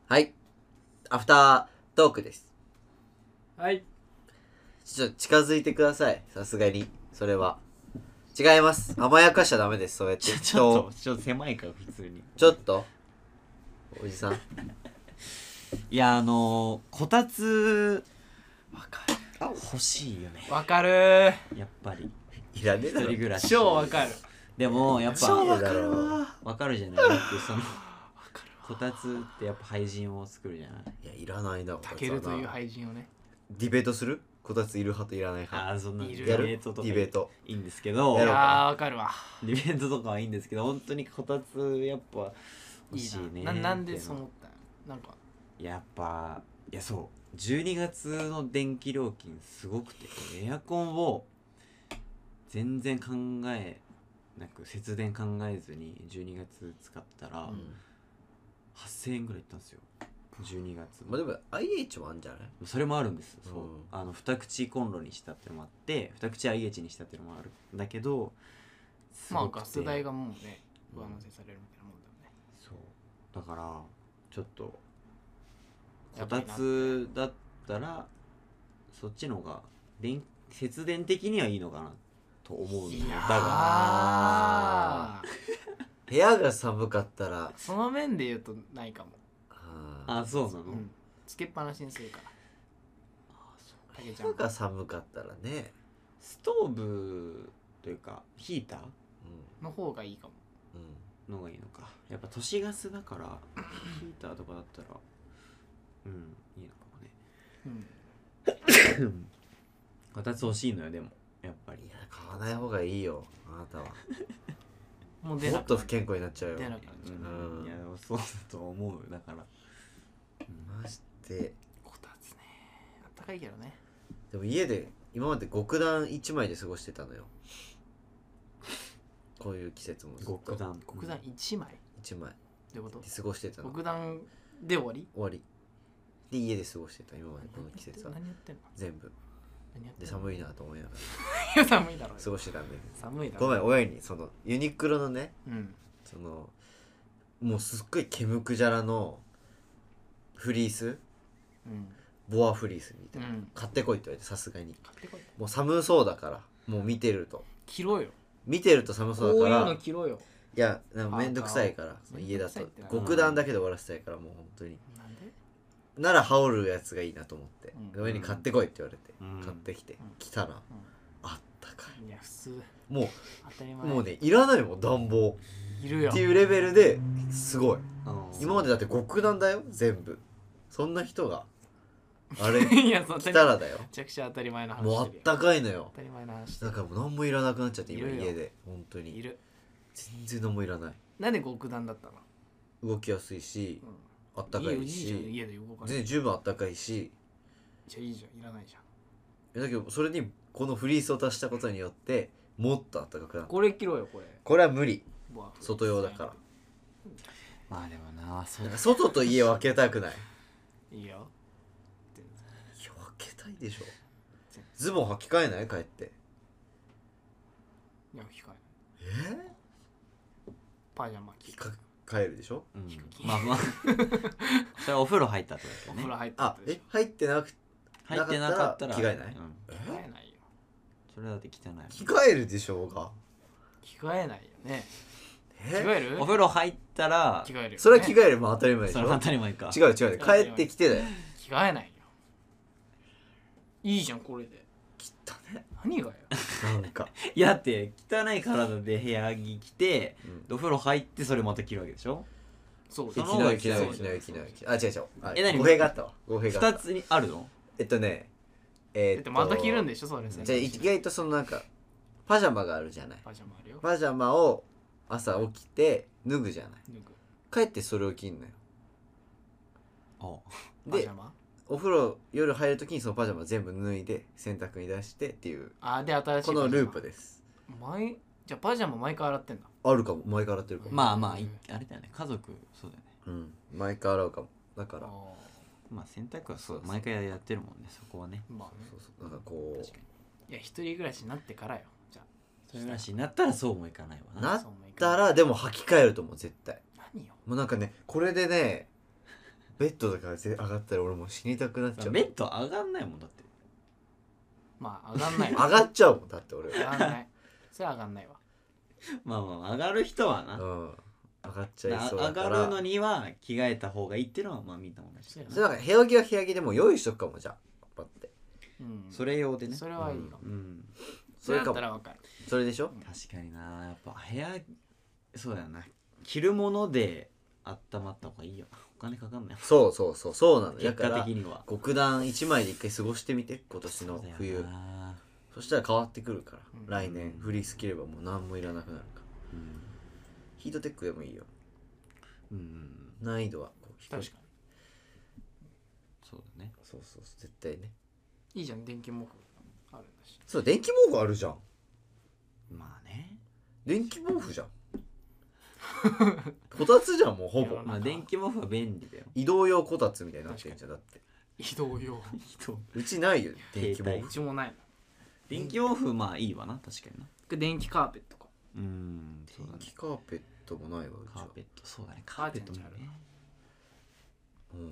はい、アフタートークです。 はい。 ちょっと近づいてください。さすがにそれは違います。甘やかしちゃダメです。そうやってちょっと狭いから普通に。 ちょっとおじさん。 いやこたつわか欲しいよね。 る。わかる。 やっぱりいらねえ一だろ。 人暮らし。 超わかる。 でもやっぱ超わかるわ。 わかるじゃない。だってそのこたつってやっぱ廃人を作るじゃない。 いや、いらないな。こたたつはなけるという廃人をね。 ディベートする？こたついる派といらない派。 ああそんなデいるィベやる？ ートとかディベートいいんですけいど、 ややろうかーわかるわ。 ディベートとかはいいんですけど、本当にこたつやっぱ欲いしいね。 いな。なんでそう思ったの？なんかやっぱいやそう12月の電気料金すごくて、エアコンを全然考えなく節電考えずに12月使ったら、8000円ぐらいいったんですよ。12月まあでも IH もあるんじゃない？ それもあるんです。そう、 うん二口コンロにしたってのもあって、二口 IH にしたってのもあるんだけど、すまあごくてガス代がもうね上乗せされるみたいなもんだよね。 そうだからちょっとこたやっぱりなつだったらそっちの方が節電的にはいいのかなと思うんだよ。だがあー部屋が寒かったらその面で言うとないかも。 そうなの、 うん。つけっぱなしにするから。たけちゃん部屋が寒かったらね、 ストーブというかヒータの方がいいかも。 うんーのがいいのか。やっぱ都市ガスだからヒーターとかだったらいいのかもね。 うん。 こたつ欲しいのよ。でもやっぱりいや、買わない方がいいよ、あなたは。 もう出なくなっもっと不健康になっちゃうよ。 出なくなっちゃう。 いやでもそうだと思う。だからマジで。 こたつね。あったかいけどね。 でも家で今まで極暖1枚で過ごしてたのよ。こういう季節もずっと極暖極暖1枚 1枚ってこと？ で過ごしてたの。 極暖で終わり？ 終わりで家で過ごしてた今までこの季節は何やってんの？ 全部で何やってんの？ 寒いなと思いながいや寒いだろら過ごしてたんで、 寒いだろ。 ごめん親にそのユニクロのね、 うん。 そのもうすっごい毛むくじゃらのフリース、 うん。 ボアフリースみたいな、 うん買ってこいって言われて、さすがに買ってこい。 もう寒そうだから、もう見てると寒こそうだから、 ういうの着ろよ。 いやなんかめんどくさいから、その家だとめんどくさいってな極暖だけで終わらせたいから、もう本当になんで？ なら羽織るやつがいいなと思って、 うん親に買ってこいって言われて、 うん買ってきて、 ん来たら、あったかいや普通い、 当たり前。 もうねいらないもん暖房いるよ。 っていうレベルですごい。 うん今までだって極暖だよ全部。そんな人があれいやそ来たらだよ。 めちゃくちゃ当たり前の話もうあっしてるよ。 たかいのよ。 当たり前の話してる。 だからもう何もいらなくなっちゃって、今いるよ家で本当にいる。 全然何もいらない。 なんで極暖だったの？ 動きやすいし、あったかいいよいいいし、 じゃん家で動かない。 全然十分あったかいし、 じゃあいいじゃんいらないじゃん。 だけどそれにこのフリースを足したことによってもっとあったかくなる。 これ着ろよこれ。 これは無理。 うわ外用だから。 まあでもなそう外と家分けたくない。 いいよ。 いや分けたいでしょ。ズボン履き替えない？帰って。 いや控え。パジャマ着る。 帰るでしょ。 まあまあそれはお風呂入ったってことだよね。 お風呂入ったあでしょ。 入ってなく入ってなかったら着替えない？ 着替えないよ。 それだって汚着い。 替えるでしょうが。 着替えないよね。着替える？ お風呂入ったら着替えるよね。 それは着替えるも当たり前でしそれはょ。 当たり前か。 違う違う、帰ってきてだよ。 着替えないよ。いいじゃんこれで。 汚ね。 何がよ。 なんかいやだって汚い体で部屋着着て、 うんお風呂入ってそれまた着るわけでしょ。 そう着その方がない着ないそう着ない着ない。あ、違う違う。あ何語弊があったわ。語弊があった。 二つにあるの？ ね、 だってまた着るんでしょそれ。 じゃあ意外とそのなんかパジャマがあるじゃない。 パジャマあるよ。 パジャマを朝起きて脱ぐじゃない。 脱ぐ。 帰ってそれを着んのよ。でパジャマ？ お風呂夜入るときにそのパジャマ全部脱いで洗濯に出してっていう、 あで新しいこのループで。 です。 じゃあパジャマ毎回洗ってんだ。 あるかも。毎回洗ってるかも。 まあまああれだよね。家族そうだよね。 うん、毎回洗うかも。だからまあ洗濯はそう毎回やってるもんね。そこはね。 まあね。 そうそう、なんかこ確かに。いや一人暮らしになってからよ。じゃ一人暮らしになったらそうもいかないわな。 うなっそうもいかたないらでも履き替えると思う絶対。 何よ。 もうなんかねこれでねベッドとか上がったら俺もう死にたくなっちゃう。 ベッド上がんないもんだってまあ上がんない上がっちゃうもんだって俺。 上がんないそれは上がんないわまあまあ上がる人はな、 うん上がっちゃいそうだ上からがるのには着替えた方がいいっていうのはまあみんな同じだよそれなんか部屋着は部屋着でもう用意しとくかもじゃあパッてうんそれ用でねそれはいいようんそれだかもったらわかるそれでしょ。 確かになやっぱ部屋そうだよな着るもので温まった方がいいよなお金かかんないよそうなの。だ結から果的には極暖1枚で1回過ごしてみて今年の冬。 そうだよなそしたら変わってくるから、 うん来年フリース着ればもう何もいらなくなるからうんヒートテックでもいいよ。 うん難易度はこう低い。 確かそうだねそう絶対ね。 にいいじゃん電気毛布あるんだしそう電気毛布あるじゃん。 まあね電気毛布じゃんこたつじゃんもうほぼいやまあ電気毛布は便利だよ移動用こたつみたいになってんじゃん。だって移動用うちないよ電気毛携布うちもないの電気毛布まあいいわな確かになで電気カーペットかうんそうだね電気カーペットもないわうちはカーペットそうだねカーペットもいいねうん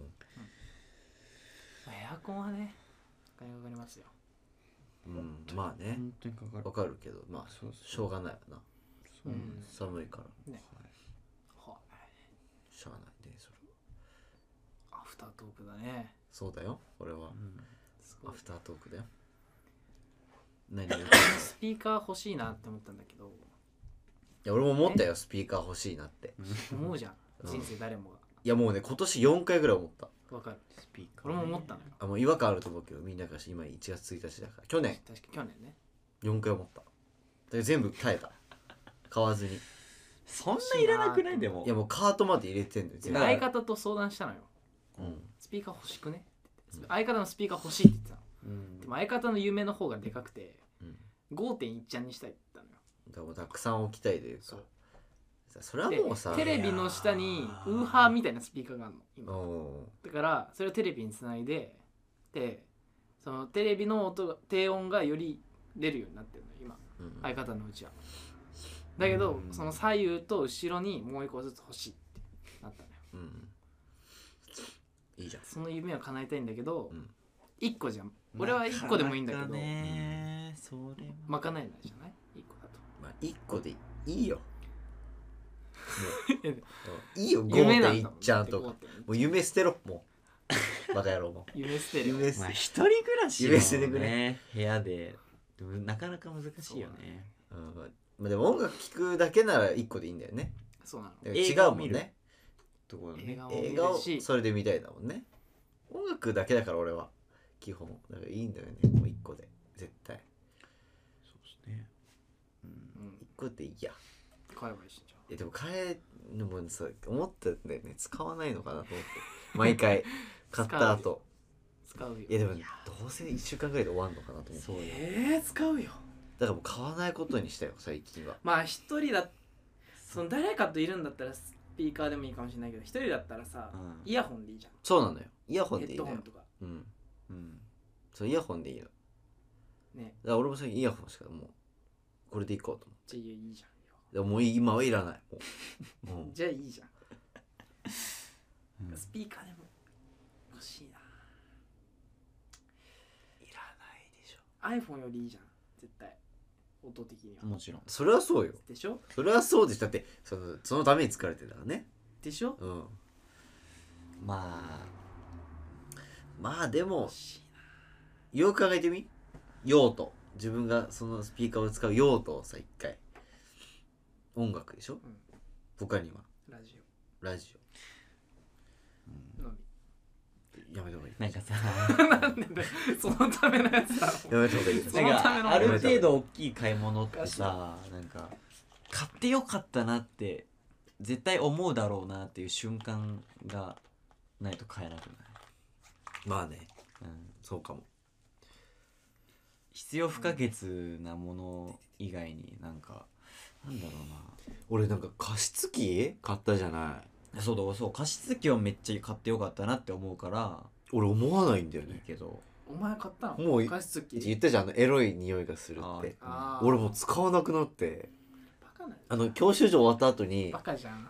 エアコンはねお金かかりますようんまあね本当にかかるわかるけどまあそうしょうがないよなそうなんうんです寒いからねはしゃあないねそれはアフタートークだねそうだよ俺はうんアフタートークだよ何がいスピーカー欲しいなって思ったんだけどや俺も思ったよスピーカー欲しいなって思うじゃんうん人生誰もいやもうね今年4回ぐらい思ったがわかるスピーカー俺も思ったのよあもう違和感あると思うけどみんなからして今1月1日だから去年確か去年ね 4回思っただから全部耐えた買わずにそんないらなくないでもいやもうカートまで入れてんのよ全部相方と相談したのようんスピーカー欲しくねってうん相方のスピーカー欲しいって言ってたのうんでも相方の夢の方がでかくてうん 5.1ちゃんにしたいって言ったのよだからもうたくさん置きたいというかそうそれはでもうさテレビの下にウーハーみたいなスピーカーがあるの今おだからそれをテレビにつないででそのテレビの音が低音がより出るようになってるの今ーうん相方のうちはだけどうんその左右と後ろにもう一個ずつ欲しいってなったのようんいいじゃんその夢を叶えたいんだけどうん 1個じゃん俺は1個でもいいんだけどなかなかねそれは賄えないじゃない1個だとまあ1個でいいよもいやういいよ夢なんだもん 5.1ちゃんとかもう夢捨てろもうバカ野郎も夢捨てる夢捨てまあ一人暮らし夢捨ててくのね部屋ででもなかなか難しいよねうんまあでも音楽聴くだけなら1個でいいんだよねそうなのだから違映画を見るうもんねところね映画を見映画をるしそれで見たいだもんね音楽だけだから俺は基本だからいいんだよねもう1個で絶対そうですねうんうん 1個でいいや買えばいいしじゃでも買えでもさ思ったんだよね使わないのかなと思って毎回買った後あ使うよいやでもどうせ1週間ぐらいで終わんのかなと思ってそうよ使うよだからもう買わないことにしたよ最近はまあ一人だその誰かといるんだったらスピーカーでもいいかもしれないけど一人だったらさ、 うんイヤホンでいいじゃんそうなのよイヤホンヘでいいのよッドホンとかうんうんそうイヤホンでいいのだかねら俺も最近イヤホンしかもうこれでいこうと思ってじゃあいいじゃんでももう今はいらないもう、 じゃあいいじゃん、 うんスピーカーでも欲しいないらないでしょ iPhone よりいいじゃん絶対音的にはもちろんそれはそうよでしょそれはそうですだってそのために作られてるからねでしょうんままあでも欲しいよく考えてみ用途自分がそのスピーカーを使う用途をさ一回音楽でしょ、他にはなラジラジオのオやめた方がいいあなんかさみなんでだよそのためのやつだろやめた方がいいそのためのある程度大きい買い物ってさなんか買ってよかったなって絶対思うだろうなっていう瞬間がないと買えなくない、 まあねうん、 そうかも必要不可欠なもの以外になんかなんだろ俺なんか加湿器買ったじゃないそう加湿器をめっちゃ買ってよかったなって思うから俺思わないんだよいいねけどお前買ったのもう加湿器言ったじゃんエロい匂いがするあってあー俺もう使わなくなってバカな教習所終わった後にバカじゃん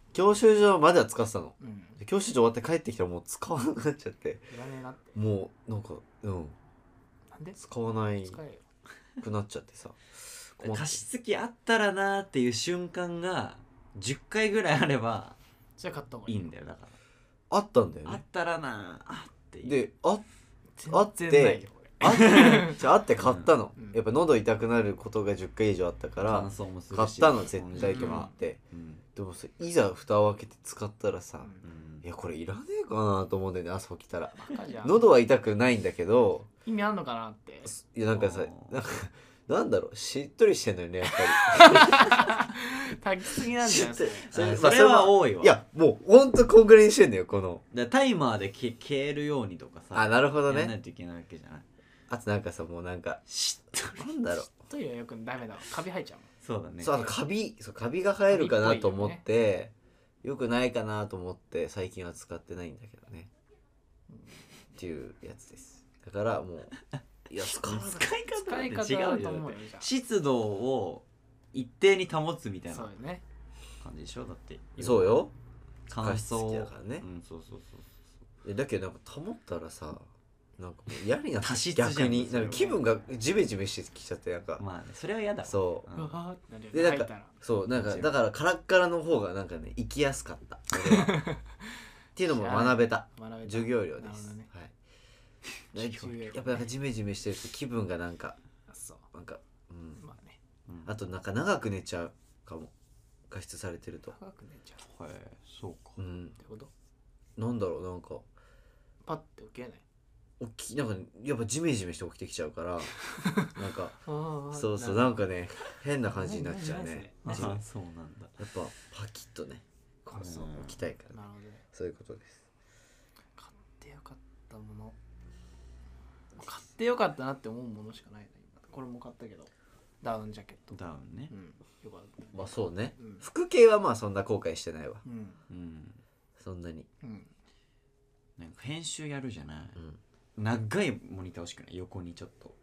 教習所までは使ってたの。 うんで教習所終わって帰ってきたらもう使わなくなっちゃっていらねえなってもうなんかなんで使わない使えよくなっちゃってさ困って加湿器あったらなーっていう瞬間が10回ぐらいあればじゃあ買った方がいいいいんだよ。だかあったんだよらあっね。 たらなーあっていうであ全然ないよこれあってじゃあって買ったの、 うんやっぱ喉痛くなることが10回以上あったから乾燥もするし買ったの絶対と思って、 うんでもさいざ蓋を開けて使ったらさ、 うんうんいやこれいらねえかなと思うんだよね朝起きたらバカじゃん喉は痛くないんだけど意味あんのかなっていやなんかさあーなんかなんだろうしっとりしてんのよねやっぱ炊きすぎなんだよそれりそれは多いわ。 いやもうほんとこんぐらいにしてんだよこのだからタイマーで消えるようにとかさあなるほどねやらないといけないわけじゃない。 あとなんかさもうなんかしっとりなんだろうトイレはよくダメだわカビ生えちゃうそうだね。 そうあとカビが生えるかなと思ってよくないかなと思って最近は使ってないんだけどねっていうやつですだからもういや使わない使い方使いって違方だとうよ。 思うよじゃあ湿度を一定に保つみたいなそうよね感じでしょ。だってそうよ乾加湿器燥だからねうんそうそうそうだけどなんか保ったらさなんかもう嫌になって多湿じゃん逆にそれはなんか気分がジメジメしてきちゃってなんか、 まあねそれは嫌だわ。 そううんうわーってなるよでなんか入ったらそうなんかもちろんだからカラッカラの方がなんかね生きやすかった俺はっていうのも学べた学べた授業料です、 なるほどねはい授業料やっぱなんかジメジメしてると気分がなんかあそうなんかうんまあねうんあとなんか長く寝ちゃうかも加湿されてると長く寝ちゃうはいそうかうんってことなんだろうなんかパッて起きれないなんかやっぱジメジメして起きてきちゃうからなんかあそうそうなんかね変な感じになっちゃうね何じやっあそうなんだ。 ぱパキッとねこうそううん起きたいからねなるほどねそういうことです買ってよかったもの買ってよかったなって思うものしかないね今これも買ったけどダウンジャケットダウンねう。んよかったまあそうねうん服系はまあそんな後悔してないわうんうん。 そんなにうんなんか編集やるじゃない。 うん長いモニター欲しくない横にちょっと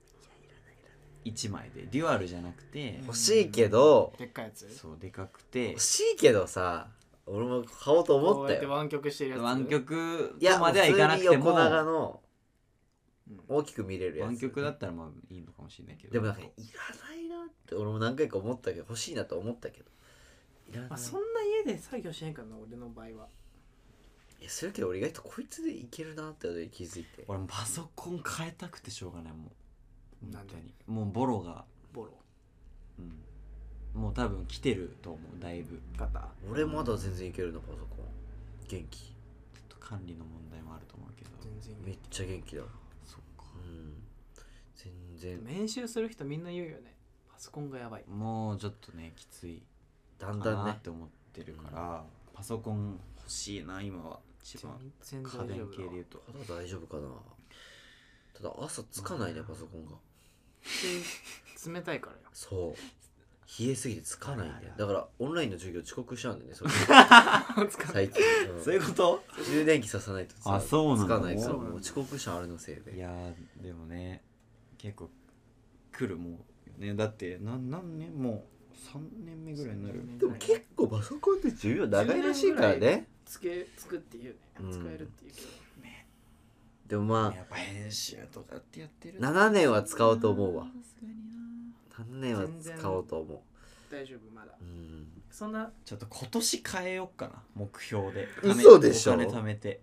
1枚でデュアルじゃなくて欲しいけどでっかいやつそうでかくて欲しいけどさ俺も買おうと思こうったよやって湾曲してるやつ湾曲いやとまではいかなくても普通に横長のうん大きく見れるやつ湾曲だったらまあいいのかもしれないけどでもなんかいらないなって俺も何回か思ったけど欲しいなと思ったけどいらない、 まあそんな家で作業しないからな俺の場合はいやするけど俺意外とこいつでいけるなって気づいて俺もパソコン変えたくてしょうがないもうなんで本当にもうボロが、 ボロうん、もう多分来てると思うだいぶ型俺まだ全然いけるのパソコン元気ちょっと管理の問題もあると思うけど全然めっちゃ元気だそっかうん全然練習する人みんな言うよねパソコンがやばいもうちょっとねきついだんかなっだんねて思ってるから、パソコン欲しいな今は一番全然家電大丈夫だわ系で言うとただ大丈夫かなただ朝つかないねパソコンが冷たいからよそう冷えすぎてつかないんだよだからオンラインの授業遅刻しちゃうんだよねそれ最近、 そういうこと充電器ささないとあそうなのつかないからそうなんだもう遅刻しちゃうあれのせいでいやーでもね結構来るもうねだって何年もう3年目ぐらいになるでも結構パソコンって授業長いらしいからねつくっていうねうん使えるっていうけどでもまやっぱ編集とかってやってるあ7年は使おうと思うわさすがにな 7年は使おうと思う大丈夫まだうんそんなちょっと今年変えよっかな目標で嘘でしょお金貯めて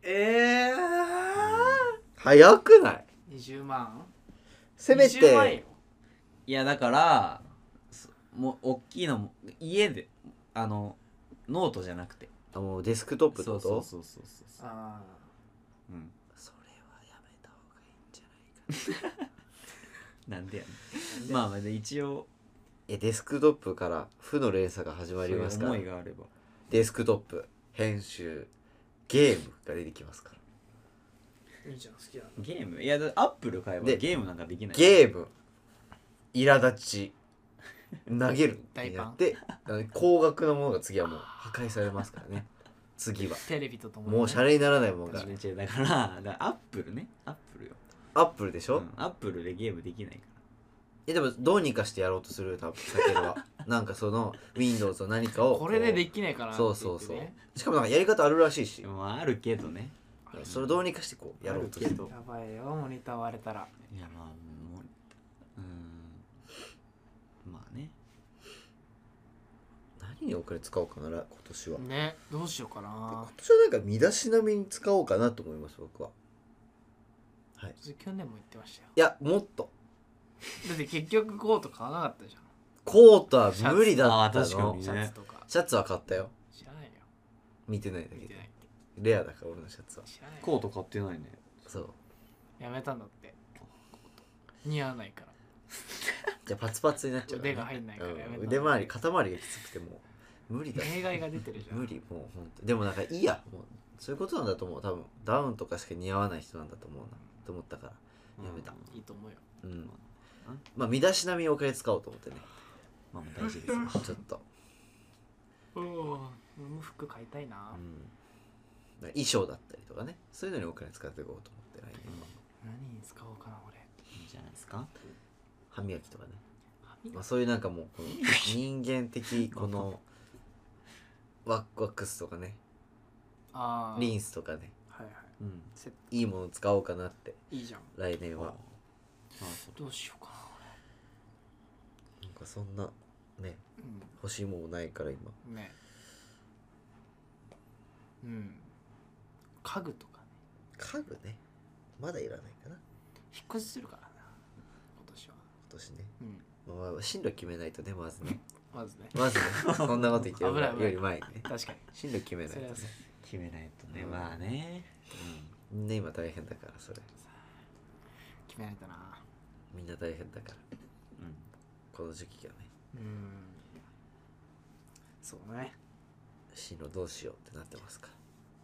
早くない 20万せめ 20万よていやだからもう大きいのも家でノートじゃなくてもうデスクトップってことそうそうそうそうあうんそれはやめた方がいいんじゃないかなんでやねんまあまあで一応デスクトップから負の連鎖が始まりますからそういう思いがあればデスクトップ編集ゲームが出てきますからあいいじゃん好きだゲームいやアップル買えばでゲームなんかできないゲーム苛立ち投げる大パンやって高額なものが次はもう破壊されますからね次はテレビとともにねもうシャレにならないものが違う違うだからアップルねアップルよ、 アップルでしょ、 うん、アップルでゲームできないかでもどうにかしてやろうとする多分避けるはなんかその Windows の何かをこれでできないかなってそ言ってね。 うそうそうしかもなんかやり方あるらしいしまああるけどね。 それをどうにかしてこうやろうとしてあるけどやばいよモニター割れたら。 いやまあもうまあね。 何にお金使おうかな今年はね、どうしようかな。 今年はなんか身だしなみに使おうかなと思います僕は。はい去年も言ってましたよ。 いやもっとだって結局コート買わなかったじゃん。 コートは無理だったシャツあー確かのにシャツとか。 シャツは買ったよ知らないよ。 見てないだけで見てない。 レアだから俺のシャツは知らないよ。 コート買ってないね。 そうやめたんだって。似合わないから。 じゃあパツパツになっちゃうからね、 腕が入んないからやめたんだ腕周り肩周りがきつくてもう無理だ弊害が出てるじゃん。 無理もうほんとでもなんかいいやもうそういうことなんだと思う多分ダウンとかしか似合わない人なんだと思うなと思ったからやめたいいと思うよ。 うんまあ身だしなみにお金使おうと思ってねまあまあ大事ですよ。 ちょっと俺も服買いたいな。 衣装だったりとかねそういうのにお金使っていこうと思って来年は何に使おうかな俺。 いいんじゃないですか。 歯磨きとかね、 歯磨きまあ、そういうなんかもうこの人間的このワックスとかねあーリンスとかねはいはい。 うん。 セットいいもの使おうかなっていいじゃん。 来年はどうしようかなんかそんなねな欲しいものないから今うん。ね。うん。家具とかね。 家具ねまだいらないかな引っ越しするからな。今年は。 今年ね、 うん。 まあ、進路決めないとねまずねまずね。 まずねそんなこと言ってる危ない危ないより前にね確かに。 進路決めないとねそれはそう決めないとね。 うんまあね。 みんな今大変だからそれ決めないとな。 みんな大変だからうん。 この時期がねうん。そうね。 進路どうしようってなってますか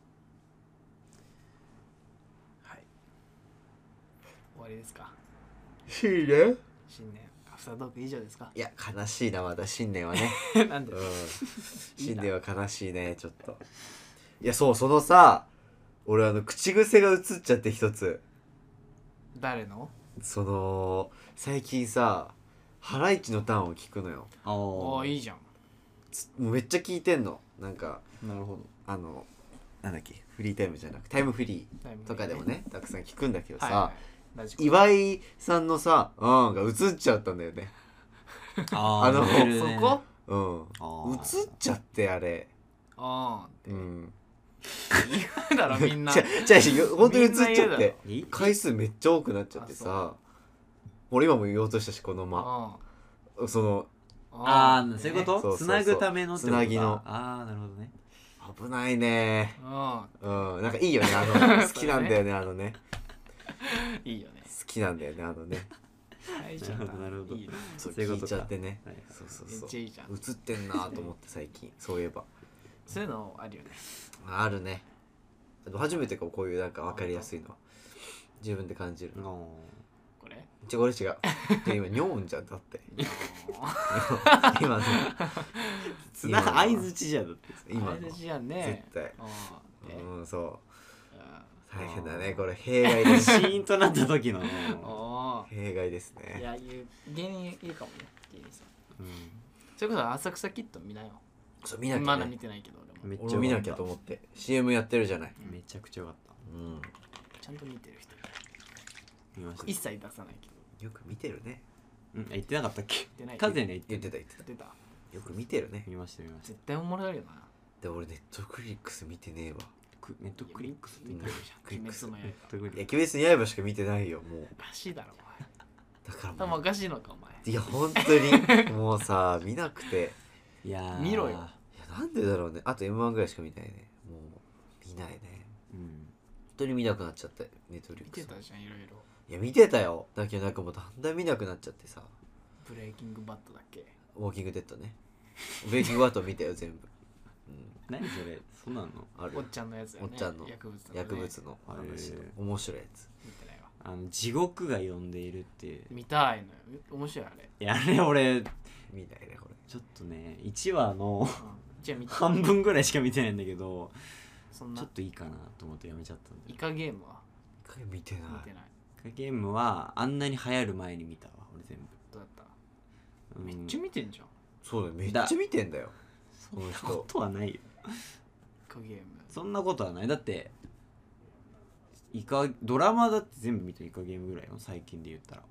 はい。終わりですか。 新年新年。アフタートーク以上ですか。 いや悲しいなまだ新年はねなんでうん新年は悲しいねちょっといやそうそのさ俺口癖が映っちゃって一つ誰のその最近さハライチのターンを聞くのよおーいいじゃん。 もうめっちゃ聞いてんのなんかなるほど。 なんだっけフリータイムじゃなくタイムフリーとかでもねたくさん聞くんだけどさ、 はいはいラジコ岩井さんのさ「うん」が映っちゃったんだよねあのメールねそこうんあ映っちゃってあれあうん言うだろみんな。 違う本当に映っちゃっみんな言うていい回数めっちゃ多くなっちゃってあさ俺今も言おうとしたしこのまそのああ、そういうことそうそうそうつなぐためのってことかつなぎのああ、なるほどね。 危ないねうんなんかいいよね好きなんだよねいいよね。 好きなんだよねはいじゃあなるほどなるほどいいねそうそういうことか聞いちゃってねはいめっそうちゃいいじゃん。 映ってんなと思って最近そういえばそういうのあるよね。 あるね初めてかもこういうなんか分かりやすいのは自分で感じるあこれ。 これ違う今ニョーンじゃんだって今のつな相づちじゃんだって。 今のあれじゃんね。 絶対うんうんそうあ大変だねこれ弊害ですシーンとなった時のね。 あ弊害ですいねや芸人いるかもね芸人さん。 うそれこそ浅草キッド見なよ。 そう見なきまだ見ゃねてないけど俺ん。めも。 俺も見なきゃと思って CM やってるじゃないめちゃくちゃよかった。 うんちゃんと見てる人いる。 見ました一。切出さないけどよく見てるねうん、言ってなかったっけ出ない。 カズヤには言って言ってた出た。 よく見てるね見ました見ました。 絶対おもろいよな。 で俺ネットフリックス見てねえわネットクリックスって見てるじゃん。 クリックス鬼滅のネッ刃。 いやトクリック鬼滅の刃しか見てないよもうおかしいだろお前。 だから頭もうおかしいのかお前。 いや本当にもうさ見なくてス。いやー見ろよいやなんでだろうねあと M1 ぐらいしか見ないねもう見ないねうん。 本当に見なくなっちゃったネットフリッ見クスてたじゃんいろいろ。 いや見てたよだけどなんかもうだんだん見なくなっちゃってさブレイキングバットだっけ。 ウォーキングデッドねブレイキングバット見たよ全部何それそんなのあるおっちゃんのやつだよね。 おっちゃんの薬物のね薬物の話のへー面白いやつ見てないわ。 地獄が呼んでいるって見たいのよ。面白いあれ。 いやあれ俺見ないねこれちょっとね1話のじゃあ見た。 半分ぐらいしか見てないんだけどそんなちょっといいかなと思ってやめちゃったんでイカゲームは一回見てない見てない。 ゲームはあんなに流行る前に見たわ俺全部、 どうだった。 うんめっちゃ見てんじゃん。 そうだよめっちゃ見てんだよそんなことはないよ。 イカゲームそんなことはない。だってドラマだって全部見たイカゲームぐらいよ最近で言ったら。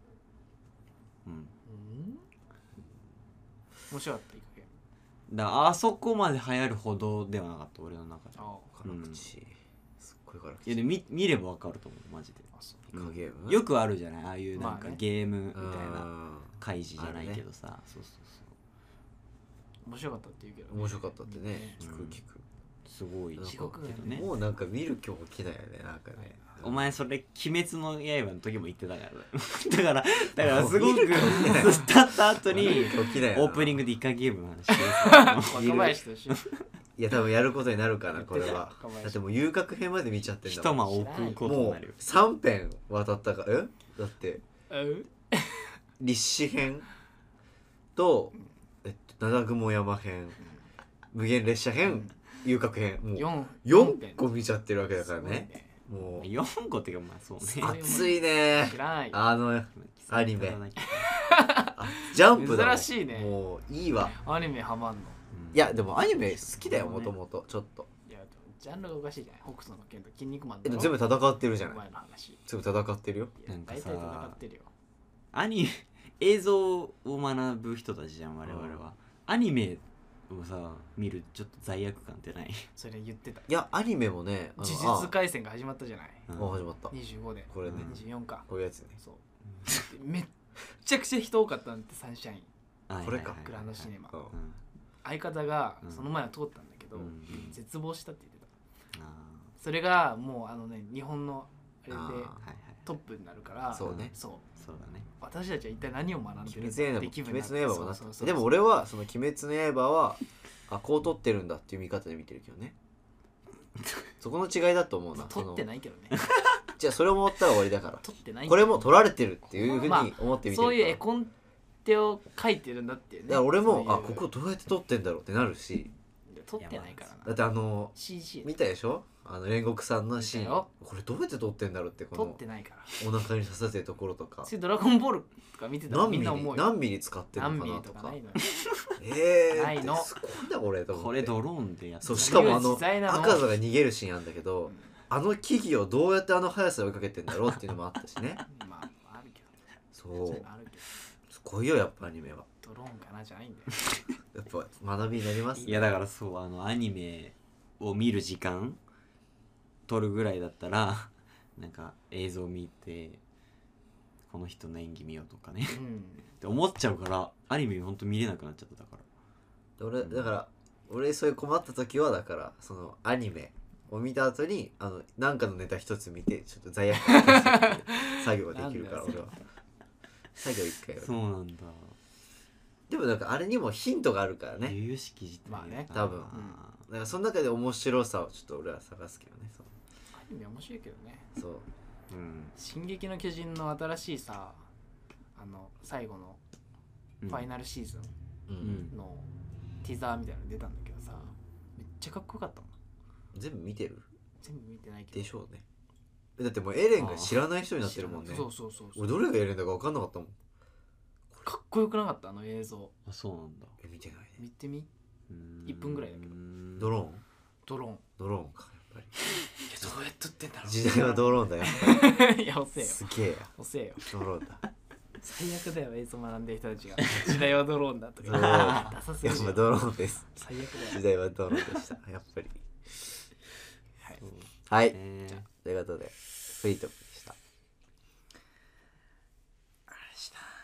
面白かったイカゲーム。 だからあそこまで流行るほどではなかった俺の中で。 辛口、すっごい辛口。 いやでも見ればわかると思うマジで。 イカゲームよくあるじゃないああいうなんかまあねゲームみたいな開示じゃないけどさ、そうそう面白かったって言うけど、ね、 面白かったってねうん聞くそうすごいなんか地獄だよねけどね。 もうなんか見る気起きないよねなんかね。 お前それ鬼滅の刃の時も言ってたからだからすごく経った後に起きないよなオープニングでイカゲームの話して若林と一緒。 いや多分やることになるかなこれは。 若林だってもう遊郭編まで見ちゃってんだ一もん。 間置くことにもうなるよ。 3編渡ったからだって立志編と七雲山編無限列車編遊郭編もう4個見ちゃってるわけだからね。もう 4個っていうかまあそうね。 熱いね知らないあのアニメジャンプだもん珍しいねもういいわ。 アニメハマんの。 いやでもアニメ好きだよもともとちょっと。 いやジャンルがおかしいじゃない。北斗の拳と筋肉マンでも全部戦ってるじゃない。 前の話。 全部戦ってるよ。 いやなんかさ大体戦ってるよ。 映像を学ぶ人たちじゃん我々は。アニメをさ見るちょっと罪悪感ってない？ それ言ってた。 いやアニメもね呪術廻戦が始まったじゃない。 うん始まった 25で。 これね 24か。 こういうやつね。 そう。めっちゃくちゃ人多かったんってサンシャイン。 これかグランドシネマ。 うん相方がその前は通ったんだけど、 うん絶望したって言ってた。 あそれがもう日本のあれであーはいはいトップになるから、 そうねそうそうだね。 私たちは一体何を学んでる鬼滅の刃も気分鬼になって滅の刃もなそうそうそうでも俺はその鬼滅の刃はこう撮ってるんだっていう見方で見てるけどね。そこの違いだと思うな。 撮ってないけどね。 じゃあそれを思ったら終わりだから。 撮ってないこれも撮られてるっていうふうにまあ思って見てるから。 そういう絵コンテを描いてるんだっていうね。 だから俺もそういうここどうやって撮ってんだろうってなるし。 いや撮ってないからだな。 って CG 見たでしょ煉獄さんのシーン。 見たよこれどうやって撮ってんだろうってこ撮っのてないからお腹に刺さってるところとかそれドラゴンボールとか見てたら何ミリみんな思うよ。 何ミリ使ってるの何ミリかなとかとかないのよ。 ってないのすごいなこれと思って。 これドローンでやってそうしかも自在なの赤座が逃げるシーンあるんだけど木々をどうやって速さで追いかけてんだろうっていうのもあったしね。 まああるけどそうそういうのあるけどすごいよやっぱアニメはドローンかなじゃないんだよ。 やっぱ学びになりますね。 いやだからそうアニメを見る時間撮るぐらいだったらなんか映像見てこの人の演技見ようとかねうんって思っちゃうからアニメほんと見れなくなっちゃっただからだから俺そういう困った時はだからそのアニメを見た後になんかのネタ一つ見てちょっと罪悪感を消すっていう作業ができるからなんだよ俺は作業一回やる。 そうなんだ。 でもなんかあれにもヒントがあるからね。 由々しき事態まあね多分だからその中で面白さをちょっと俺は探すけどね。 アニメ面白いけどね。 そううん進撃の巨人の新しいさ最後のファイナルシーズう、 うんんンのティザーみたいなの出たんだけどさめっちゃかっこよかったもん。 全部見てる全部見てないけどでしょうね。だってもうエレンが知らない人になってるもんね。 そうそうそうそう俺どれがエレンだか分かんなかったもん。 かっこよくなかった映像あそうなんだ。 見てないね。 見てみ。 うーん 1分ぐらいだけどドローンドローンドローンかやっぱり。 どうやって撮ってんだろう。 時代はドローンだよやっぱいや遅えり。 よすげえや遅えよ。 ドローンだ。 最悪だよ映像学んでる人たちが時代はドローンだとかドローンダサすぎるよやっぱドローンです。 最悪だよ時代はドローンでしたやっぱり。 はいはいじゃあということでフリートークでした。 した